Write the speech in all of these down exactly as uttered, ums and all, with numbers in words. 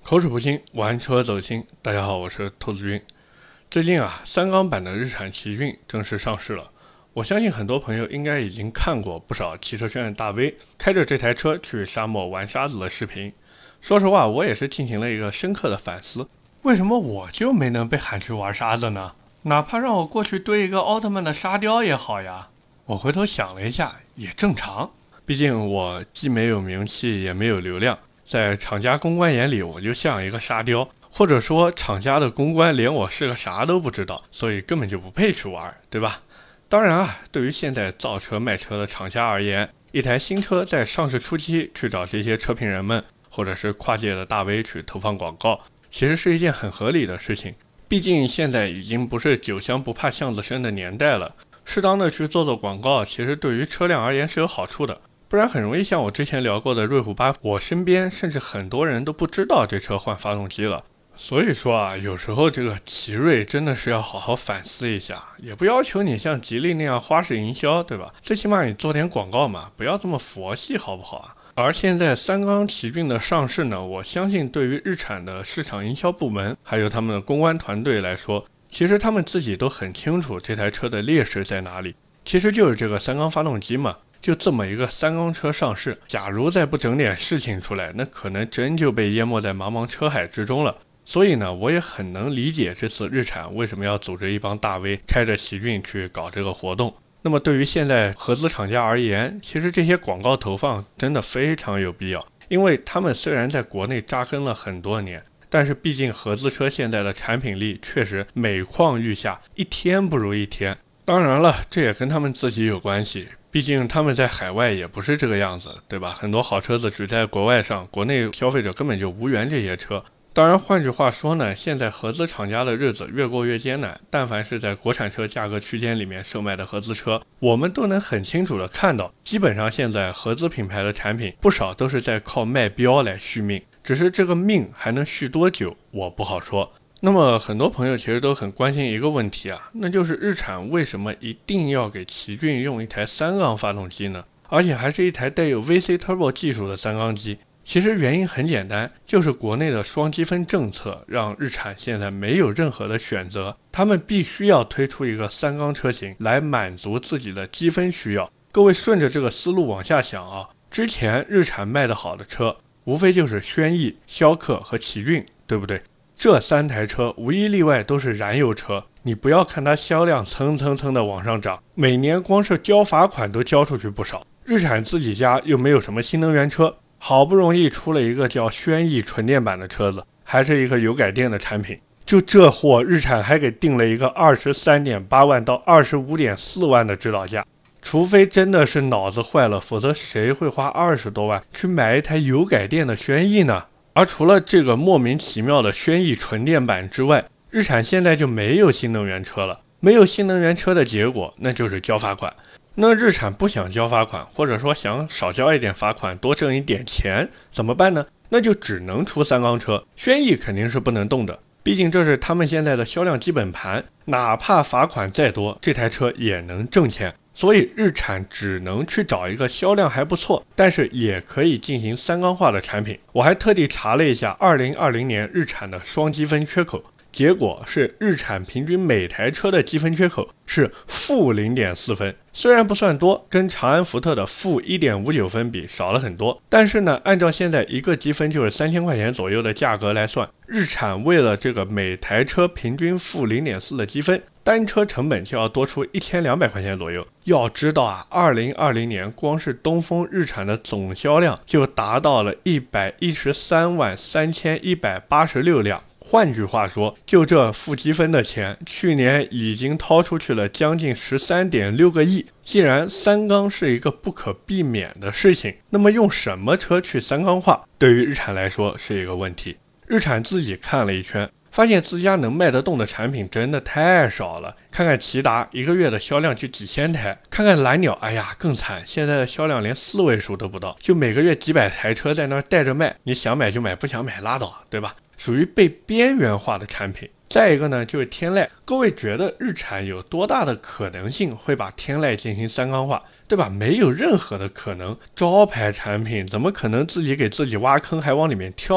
口齿不清，玩车走心。大家好，我是兔子君。最近啊，三缸版的日产奇骏正式上市了。我相信很多朋友应该已经看过不少汽车圈的大 V 开着这台车去沙漠玩沙子的视频。说实话，我也是进行了一个深刻的反思，为什么我就没能被喊去玩沙子呢？哪怕让我过去堆一个奥特曼的沙雕也好呀。我回头想了一下，也正常。毕竟我既没有名气，也没有流量。在厂家公关眼里，我就像一个沙雕，或者说厂家的公关连我是个啥都不知道，所以根本就不配去玩，对吧？当然啊，对于现在造车卖车的厂家而言，一台新车在上市初期去找这些车评人们，或者是跨界的大 V 去投放广告，其实是一件很合理的事情。毕竟现在已经不是酒香不怕巷子深的年代了，适当的去做做广告，其实对于车辆而言是有好处的。不然很容易像我之前聊过的瑞虎八，我身边甚至很多人都不知道这车换发动机了。所以说啊，有时候这个奇瑞真的是要好好反思一下，也不要求你像吉利那样花式营销，对吧？最起码你做点广告嘛，不要这么佛系，好不好啊？而现在三缸奇骏的上市呢，我相信对于日产的市场营销部门，还有他们的公关团队来说，其实他们自己都很清楚这台车的劣势在哪里，其实就是这个三缸发动机嘛。就这么一个三缸车上市，假如再不整点事情出来，那可能真就被淹没在茫茫车海之中了。所以呢，我也很能理解这次日产为什么要组织一帮大 V 开着奇骏去搞这个活动。那么对于现在合资厂家而言，其实这些广告投放真的非常有必要，因为他们虽然在国内扎根了很多年，但是毕竟合资车现在的产品力确实每况愈下，一天不如一天。当然了，这也跟他们自己有关系，毕竟他们在海外也不是这个样子，对吧？很多好车子只在国外上，国内消费者根本就无缘这些车。当然换句话说呢，现在合资厂家的日子越过越艰难，但凡是在国产车价格区间里面售卖的合资车，我们都能很清楚的看到，基本上现在合资品牌的产品不少都是在靠卖标来续命，只是这个命还能续多久我不好说。那么很多朋友其实都很关心一个问题啊，那就是日产为什么一定要给奇骏用一台三缸发动机呢？而且还是一台带有 V C Turbo 技术的三缸机。其实原因很简单，就是国内的双积分政策让日产现在没有任何的选择，他们必须要推出一个三缸车型来满足自己的积分需要。各位顺着这个思路往下想啊，之前日产卖得好的车无非就是轩逸、逍客和奇骏，对不对？这三台车无一例外都是燃油车，你不要看它销量蹭蹭蹭的往上涨，每年光是交罚款都交出去不少。日产自己家又没有什么新能源车，好不容易出了一个叫轩逸纯电版的车子，还是一个油改电的产品，就这货日产还给定了一个 二十三点八万到 二十五点四万的指导价。除非真的是脑子坏了，否则谁会花二十多万去买一台油改电的轩逸呢？而除了这个莫名其妙的轩逸纯电版之外，日产现在就没有新能源车了。没有新能源车的结果，那就是交罚款。那日产不想交罚款，或者说想少交一点罚款，多挣一点钱，怎么办呢？那就只能出三缸车。轩逸肯定是不能动的，毕竟这是他们现在的销量基本盘，哪怕罚款再多，这台车也能挣钱。所以日产只能去找一个销量还不错，但是也可以进行三缸化的产品。我还特地查了一下二零二零年日产的双积分缺口，结果是日产平均每台车的积分缺口是负 零点四 分，虽然不算多，跟长安福特的负 一点五九 分比少了很多，但是呢，按照现在一个积分就是三千块钱左右的价格来算，日产为了这个每台车平均负 零点四 的积分，单车成本就要多出一千两百块钱左右。要知道啊，二零二零年光是东风日产的总销量就达到了一百一十三万三千一百八十六辆。换句话说，就这负积分的钱，去年已经掏出去了将近 十三点六个亿。既然三缸是一个不可避免的事情，那么用什么车去三缸化，对于日产来说是一个问题。日产自己看了一圈，发现自家能卖得动的产品真的太少了。看看骐达一个月的销量就几千台，看看蓝鸟，哎呀更惨，现在的销量连四位数都不到，就每个月几百台车在那儿带着卖，你想买就买，不想买拉倒，对吧？属于被边缘化的产品。再一个呢，就是天籁。各位觉得日产有多大的可能性会把天籁进行三缸化，对吧？没有任何的可能。招牌产品怎么可能自己给自己挖坑还往里面跳呢？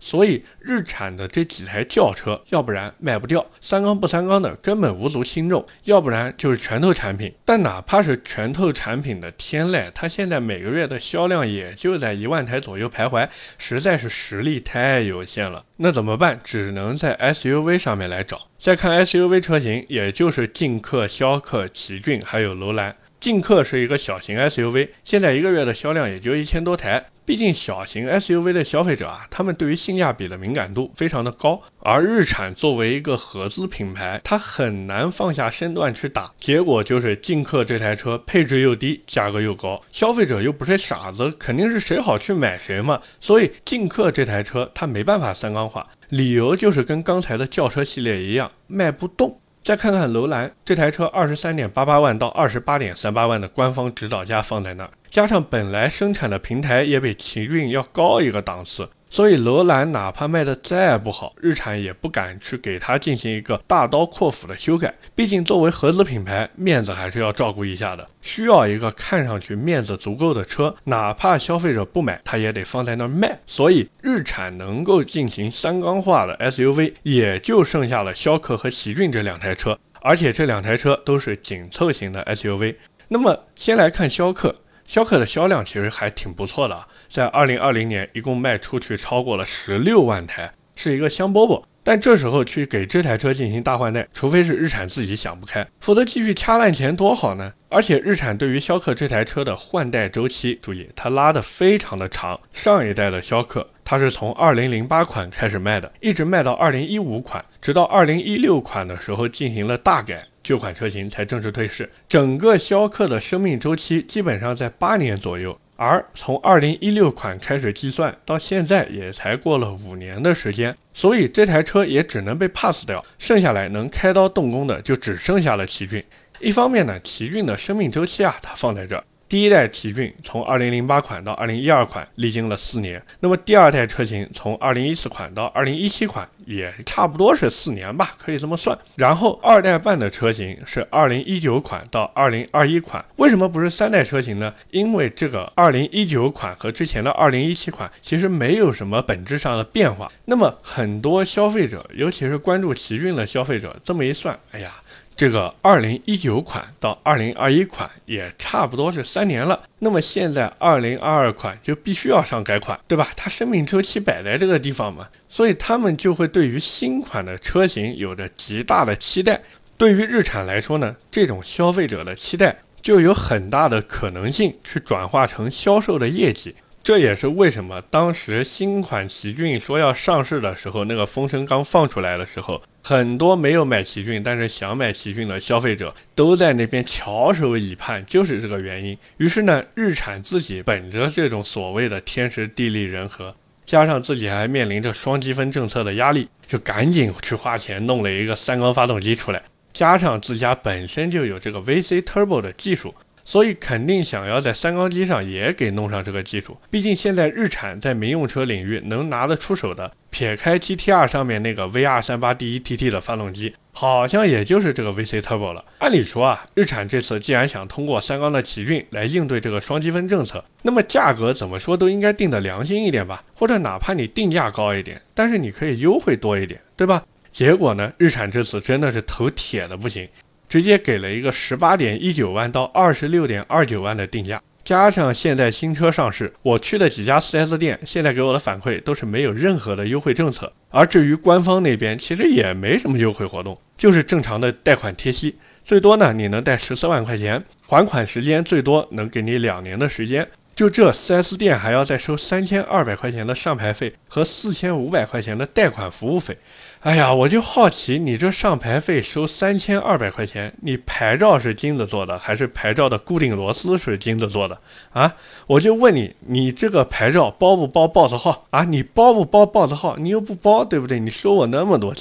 所以日产的这几台轿车，要不然卖不掉，三缸不三缸的根本无足轻重，要不然就是拳头产品。但哪怕是拳头产品的天籁，它现在每个月的销量也就在一万台左右徘徊，实在是实力太有限了。那怎么办？只能在 S U V 上面来找。再看 S U V 车型，也就是劲客、逍客、奇骏还有楼兰。劲客是一个小型 S U V， 现在一个月的销量也就一千多台。毕竟小型 S U V 的消费者啊，他们对于性价比的敏感度非常的高，而日产作为一个合资品牌，它很难放下身段去打，结果就是劲客这台车配置又低，价格又高，消费者又不是傻子，肯定是谁好去买谁嘛，所以劲客这台车它没办法三缸化，理由就是跟刚才的轿车系列一样，卖不动。再看看楼兰这台车，二十三点八八万到二十八点三八万的官方指导价放在那儿，加上本来生产的平台也比奇骏要高一个档次，所以楼兰哪怕卖的再不好，日产也不敢去给它进行一个大刀阔斧的修改，毕竟作为合资品牌，面子还是要照顾一下的，需要一个看上去面子足够的车，哪怕消费者不买，它也得放在那儿卖。所以日产能够进行三缸化的 S U V， 也就剩下了逍客和奇骏这两台车，而且这两台车都是紧凑型的 S U V。 那么先来看逍客，逍客的销量其实还挺不错的啊，在二零二零年一共卖出去超过了十六万台，是一个香饽饽。但这时候去给这台车进行大换代，除非是日产自己想不开，否则继续掐烂钱多好呢。而且日产对于逍客这台车的换代周期，注意它拉得非常的长，上一代的逍客它是从二零零八款开始卖的，一直卖到二零一五款，直到二零一六款的时候进行了大改，旧款车型才正式退市。整个逍客的生命周期基本上在八年左右，而从二零一六款开始计算到现在也才过了五年的时间，所以这台车也只能被 pass 掉，剩下来能开刀动工的就只剩下了奇骏。一方面呢，奇骏的生命周期啊，它放在这儿，第一代奇骏从二零零八款到二零一二款历经了四年，那么第二代车型从二零一四款到二零一七款也差不多是四年吧，可以这么算。然后二代半的车型是二零一九款到二零二一款，为什么不是三代车型呢？因为这个二零一九款和之前的二零一七款其实没有什么本质上的变化。那么很多消费者，尤其是关注奇骏的消费者，这么一算，哎呀，这个二零一九款到二零二一款也差不多是三年了，那么现在二零二二款就必须要上改款，对吧？它生命周期摆在这个地方嘛，所以他们就会对于新款的车型有着极大的期待。对于日产来说呢，这种消费者的期待就有很大的可能性去转化成销售的业绩。这也是为什么当时新款奇骏说要上市的时候，那个风声刚放出来的时候，很多没有买奇骏但是想买奇骏的消费者都在那边翘首以盼，就是这个原因。于是呢，日产自己本着这种所谓的天时地利人和，加上自己还面临着双积分政策的压力，就赶紧去花钱弄了一个三缸发动机出来，加上自家本身就有这个 V C Turbo 的技术，所以肯定想要在三缸机上也给弄上这个技术。毕竟现在日产在民用车领域能拿得出手的，撇开 G T R 上面那个 V 二三八 D 一 T T 的发动机，好像也就是这个 V C Turbo 了。按理说啊，日产这次既然想通过三缸的奇骏来应对这个双积分政策，那么价格怎么说都应该定的良心一点吧，或者哪怕你定价高一点，但是你可以优惠多一点，对吧？结果呢，日产这次真的是头铁的不行，直接给了一个 十八点一九万到 二十六点二九万的定价，加上现在新车上市，我去了几家 四 S 店，现在给我的反馈都是没有任何的优惠政策。而至于官方那边，其实也没什么优惠活动，就是正常的贷款贴息，最多呢你能贷十四万块钱，还款时间最多能给你两年的时间。就这 四 S 店还要再收三千二百块钱的上牌费和四千五百块钱的贷款服务费。哎呀，我就好奇，你这上牌费收三千二百块钱，你牌照是金子做的还是牌照的固定螺丝是金子做的啊？我就问你，你这个牌照包不包报字号啊？你包不包报字号？你又不包，对不对？你收我那么多钱，这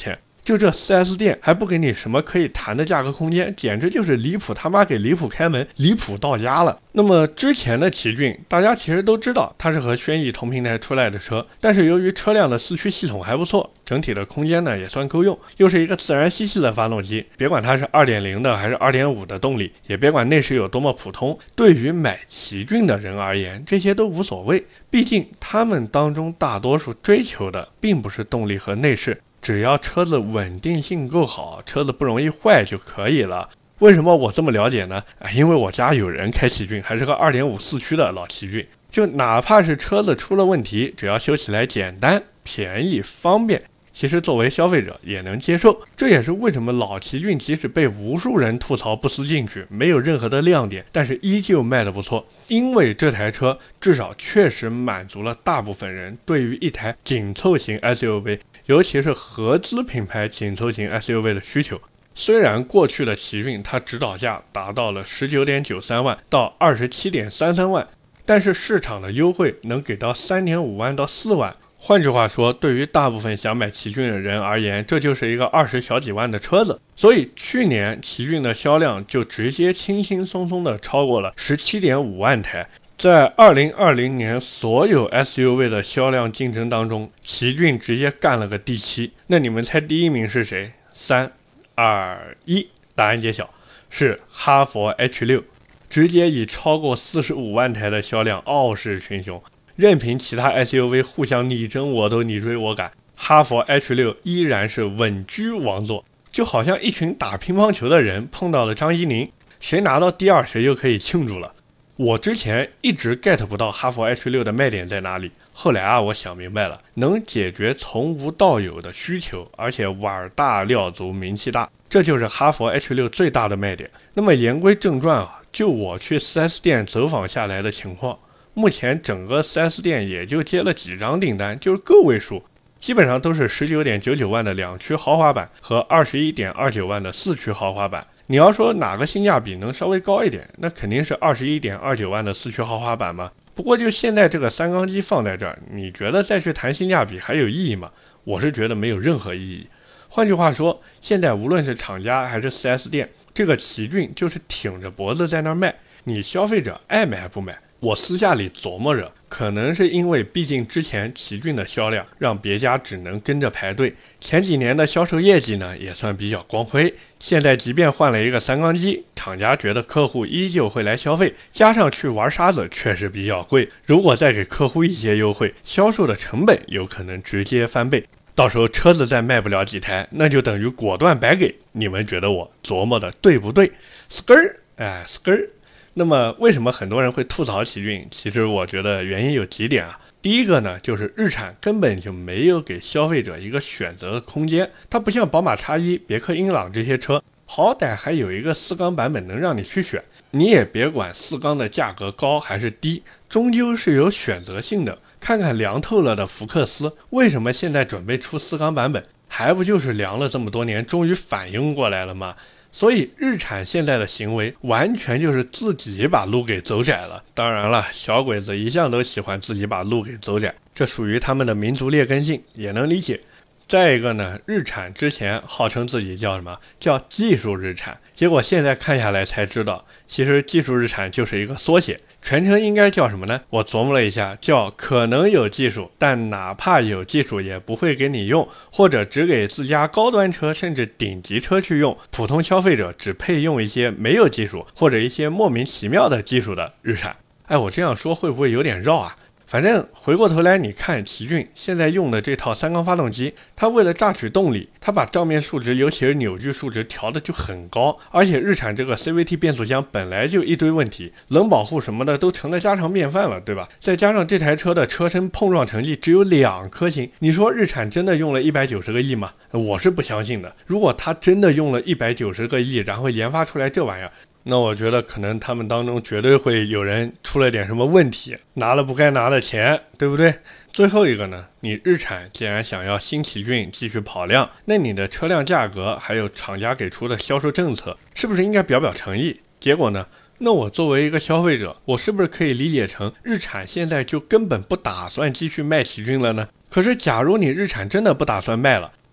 就这 四 S 店还不给你什么可以谈的价格空间，简直就是离谱他妈给离谱开门，离谱到家了。那么之前的奇骏，大家其实都知道它是和轩逸同平台出来的车，但是由于车辆的四驱系统还不错，整体的空间呢也算够用，又是一个自然吸气的发动机，别管它是 二点零 的还是 二点五 的动力，也别管内饰有多么普通，对于买奇骏的人而言，这些都无所谓，毕竟他们当中大多数追求的并不是动力和内饰，只要车子稳定性够好，车子不容易坏就可以了。为什么我这么了解呢？啊，因为我家有人开奇骏，还是个 二点五 四驱的老奇骏，就哪怕是车子出了问题，只要修起来简单、便宜、方便，其实作为消费者也能接受。这也是为什么老奇骏即使被无数人吐槽不思进取，没有任何的亮点，但是依旧卖得不错，因为这台车至少确实满足了大部分人对于一台紧凑型 S U V， 尤其是合资品牌紧凑型 S U V 的需求。虽然过去的奇骏它指导价达到了 十九点九三万到 二十七点三三万，但是市场的优惠能给到 三点五万到四万。换句话说，对于大部分想买奇骏的人而言，这就是一个二十小几万的车子。所以去年奇骏的销量就直接轻轻松松的超过了 十七点五万台。在二零二零年所有 S U V 的销量竞争当中，奇骏直接干了个第七。那你们猜第一名是谁？三二一，答案揭晓，是哈弗 H 六， 直接以超过四十五万台的销量傲视群雄。任凭其他 S U V 互相你争我斗，你追我赶，哈弗 H 六 依然是稳居王座。就好像一群打乒乓球的人碰到了张怡宁，谁拿到第二谁就可以庆祝了。我之前一直 get 不到哈弗 H 六 的卖点在哪里，后来啊我想明白了，能解决从无到有的需求，而且碗大料足名气大，这就是哈弗 H 六 最大的卖点。那么言归正传啊，就我去 四 S 店走访下来的情况，目前整个 四 S 店也就接了几张订单，就是个位数，基本上都是 十九点九九万的两驱豪华版和 二十一点二九万的四驱豪华版。你要说哪个性价比能稍微高一点，那肯定是 二十一点二九万的四驱豪华版嘛。不过就现在这个三缸机放在这儿，你觉得再去谈性价比还有意义吗？我是觉得没有任何意义。换句话说，现在无论是厂家还是 四 S 店，这个奇骏就是挺着脖子在那儿卖，你消费者爱买不买。我私下里琢磨着，可能是因为毕竟之前奇骏的销量让别家只能跟着排队，前几年的销售业绩呢也算比较光辉，现在即便换了一个三缸机，厂家觉得客户依旧会来消费，加上去玩沙子确实比较贵，如果再给客户一些优惠，销售的成本有可能直接翻倍，到时候车子再卖不了几台，那就等于果断白给。你们觉得我琢磨的对不对？ skr 哎 skr。那么为什么很多人会吐槽奇骏？其实我觉得原因有几点啊。第一个呢，就是日产根本就没有给消费者一个选择的空间，它不像宝马 X 一、别克英朗这些车，好歹还有一个四缸版本能让你去选。你也别管四缸的价格高还是低，终究是有选择性的。看看凉透了的福克斯，为什么现在准备出四缸版本？还不就是凉了这么多年，终于反应过来了吗？所以日产现在的行为完全就是自己把路给走窄了。当然了，小鬼子一向都喜欢自己把路给走窄，这属于他们的民族劣根性，也能理解。再一个呢，日产之前号称自己叫什么？叫技术日产，结果现在看下来才知道，其实技术日产就是一个缩写，全称应该叫什么呢？我琢磨了一下，叫可能有技术，但哪怕有技术也不会给你用，或者只给自家高端车甚至顶级车去用，普通消费者只配用一些没有技术或者一些莫名其妙的技术的日产。哎，我这样说会不会有点绕啊？反正回过头来你看奇骏现在用的这套三缸发动机，它为了榨取动力，它把账面数值尤其是扭矩数值调的就很高，而且日产这个 C V T 变速箱本来就一堆问题，冷保护什么的都成了家常便饭了，对吧？再加上这台车的车身碰撞成绩只有两颗星，你说日产真的用了一百九十个亿吗？我是不相信的。如果他真的用了一百九十个亿然后研发出来这玩意儿，那我觉得可能他们当中绝对会有人出了点什么问题，拿了不该拿的钱，对不对？最后一个呢，你日产既然想要新奇骏继续跑量，那你的车辆价格还有厂家给出的销售政策是不是应该表表诚意？结果呢，那我作为一个消费者，我是不是可以理解成日产现在就根本不打算继续卖奇骏了呢？可是假如你日产真的不打算卖了，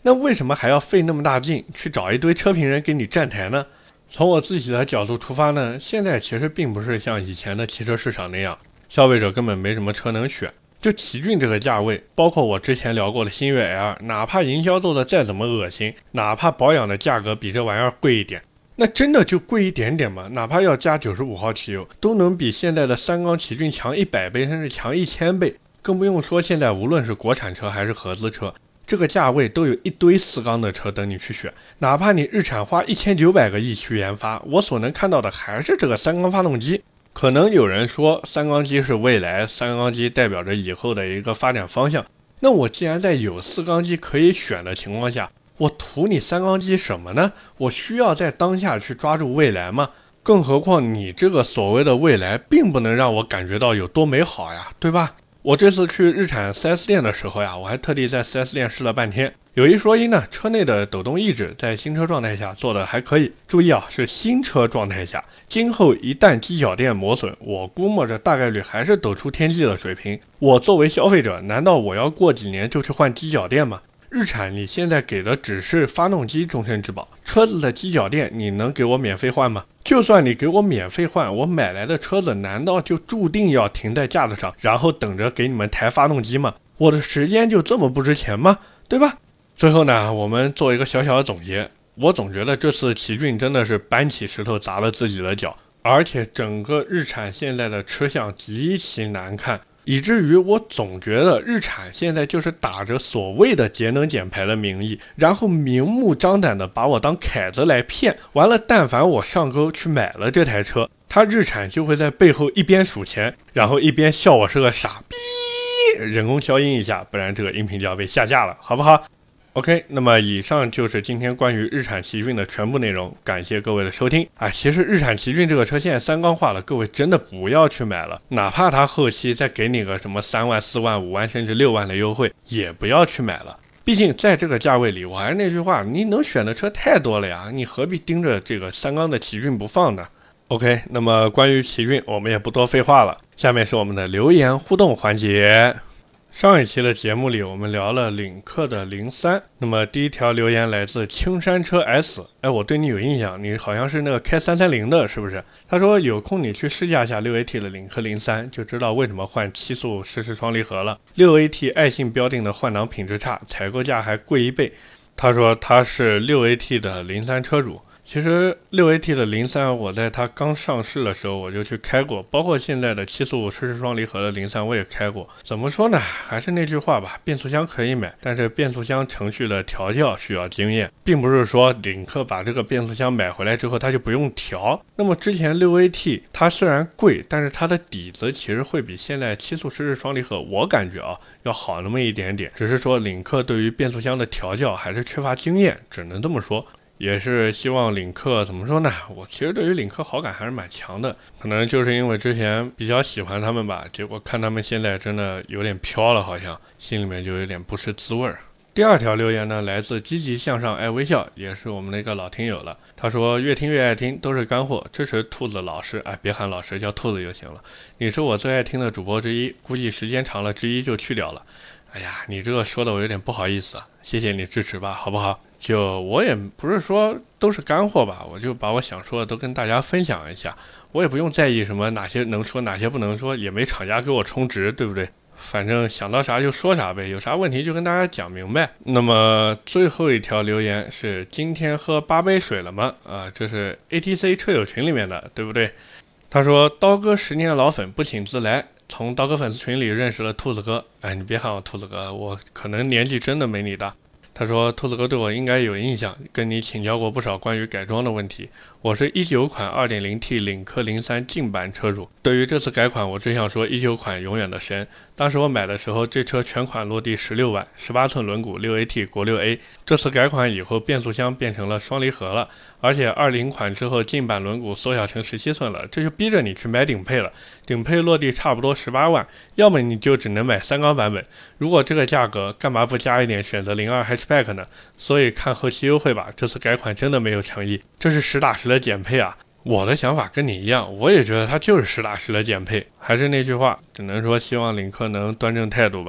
那为什么还要费那么大劲去找一堆车评人给你站台呢？从我自己的角度出发呢，现在其实并不是像以前的汽车市场那样，消费者根本没什么车能选。就奇骏这个价位，包括我之前聊过的星越 L， 哪怕营销做的再怎么恶心，哪怕保养的价格比这玩意儿贵一点，那真的就贵一点点吗？哪怕要加九十五号汽油，都能比现在的三缸奇骏强一百倍，甚至强一千倍。更不用说现在无论是国产车还是合资车，这个价位都有一堆四缸的车等你去选。哪怕你日产花一千九百个亿去研发，我所能看到的还是这个三缸发动机。可能有人说三缸机是未来，三缸机代表着以后的一个发展方向。那我既然在有四缸机可以选的情况下，我图你三缸机什么呢？我需要在当下去抓住未来吗？更何况你这个所谓的未来并不能让我感觉到有多美好呀，对吧？我这次去日产 四 S 店的时候呀，我还特地在 四 S 店试了半天。有一说一呢，车内的抖动抑制在新车状态下做的还可以。注意啊，是新车状态下，今后一旦机脚垫磨损，我估摸着大概率还是抖出天际的水平。我作为消费者，难道我要过几年就去换机脚垫吗？日产你现在给的只是发动机终身质保，车子的机脚垫你能给我免费换吗？就算你给我免费换，我买来的车子难道就注定要停在架子上，然后等着给你们抬发动机吗？我的时间就这么不值钱吗？对吧？最后呢，我们做一个小小的总结。我总觉得这次奇骏真的是搬起石头砸了自己的脚，而且整个日产现在的车相极其难看，以至于我总觉得日产现在就是打着所谓的节能减排的名义，然后明目张胆的把我当凯子来骗。完了，但凡我上钩去买了这台车，他日产就会在背后一边数钱，然后一边笑我是个傻逼，人工消音一下，不然这个音频就要被下架了，好不好？OK， 那么以上就是今天关于日产奇骏的全部内容，感谢各位的收听啊！其实日产奇骏这个车现在三缸化了，各位真的不要去买了，哪怕它后期再给你个什么三万、四万、五万甚至六万的优惠，也不要去买了。毕竟在这个价位里，我还是那句话，你能选的车太多了呀，你何必盯着这个三缸的奇骏不放呢 ？OK， 那么关于奇骏，我们也不多废话了，下面是我们的留言互动环节。上一期的节目里，我们聊了领克的零三。那么第一条留言来自青山车 S， 哎，我对你有印象，你好像是那个开三三零的，是不是？他说有空你去试驾下 六 A T 的领克零三，就知道为什么换七速湿式双离合了。六 A T 爱信标定的换挡品质差，采购价还贵一倍。他说他是六 A T 的零三车主。其实 六 A T 的零三我在它刚上市的时候我就去开过，包括现在的七速湿式双离合的零三我也开过。怎么说呢，还是那句话吧，变速箱可以买，但是变速箱程序的调教需要经验，并不是说领克把这个变速箱买回来之后它就不用调。那么之前 六 A T 它虽然贵，但是它的底子其实会比现在七速湿式双离合我感觉啊要好那么一点点，只是说领克对于变速箱的调教还是缺乏经验，只能这么说。也是希望领克怎么说呢，我其实对于领克好感还是蛮强的，可能就是因为之前比较喜欢他们吧，结果看他们现在真的有点飘了，好像心里面就有点不是滋味儿。第二条留言呢，来自积极向上爱微笑，也是我们的一个老听友了。他说越听越爱听，都是干货，支持兔子老师，哎，别喊老师，叫兔子就行了。你是我最爱听的主播之一，估计时间长了之一就去掉了。哎呀，你这个说的我有点不好意思啊，谢谢你支持吧，好不好？就我也不是说都是干货吧，我就把我想说的都跟大家分享一下，我也不用在意什么哪些能说哪些不能说，也没厂家给我充值，对不对？反正想到啥就说啥呗，有啥问题就跟大家讲明白。那么最后一条留言是今天喝八杯水了吗？啊，这是 A T C 车友群里面的，对不对？他说刀哥十年老粉不请自来，从刀哥粉丝群里认识了兔子哥。哎，你别喊我兔子哥，我可能年纪真的没你大。他说兔子哥对我应该有印象，跟你请教过不少关于改装的问题。我是一九款 二点零 T 领克零三劲版车主，对于这次改款我只想说一九款永远的神。当时我买的时候这车全款落地十六万，十八寸轮毂 六 A T 国六 A， 这次改款以后变速箱变成了双离合了，而且二零款之后劲版轮毂缩小成十七寸了，这就逼着你去买顶配了。顶配落地差不多十八万，要么你就只能买三缸版本，如果这个价格干嘛不加一点选择零二 hatchback 呢？所以看后期优惠吧，这次改款真的没有诚意，这是实打实的减配啊。我的想法跟你一样，我也觉得它就是实打实的减配，还是那句话，只能说希望领克能端正态度吧。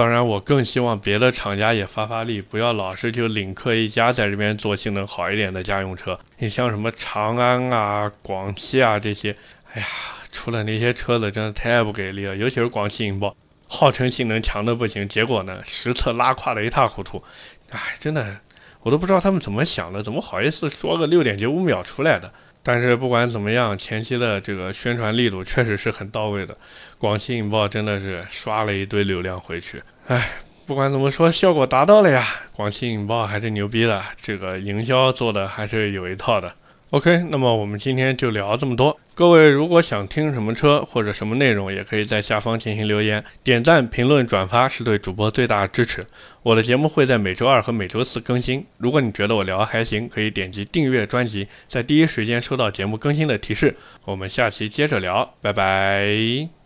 当然，我更希望别的厂家也发发力，不要老是就领克一家在这边做性能好一点的家用车。你像什么长安啊、广汽啊这些，哎呀，出了那些车子真的太不给力了，尤其是广汽银豹，号称性能强的不行，结果呢实测拉胯的一塌糊涂。哎，真的，我都不知道他们怎么想的，怎么好意思说个 六点九五秒出来的。但是不管怎么样，前期的这个宣传力度确实是很到位的，广汽引爆真的是刷了一堆流量回去。哎，不管怎么说，效果达到了呀，广汽引爆还是牛逼的，这个营销做的还是有一套的。OK， 那么我们今天就聊这么多。各位如果想听什么车或者什么内容，也可以在下方进行留言，点赞、评论、转发是对主播最大的支持。我的节目会在每周二和每周四更新。如果你觉得我聊还行，可以点击订阅专辑，在第一时间收到节目更新的提示。我们下期接着聊，拜拜。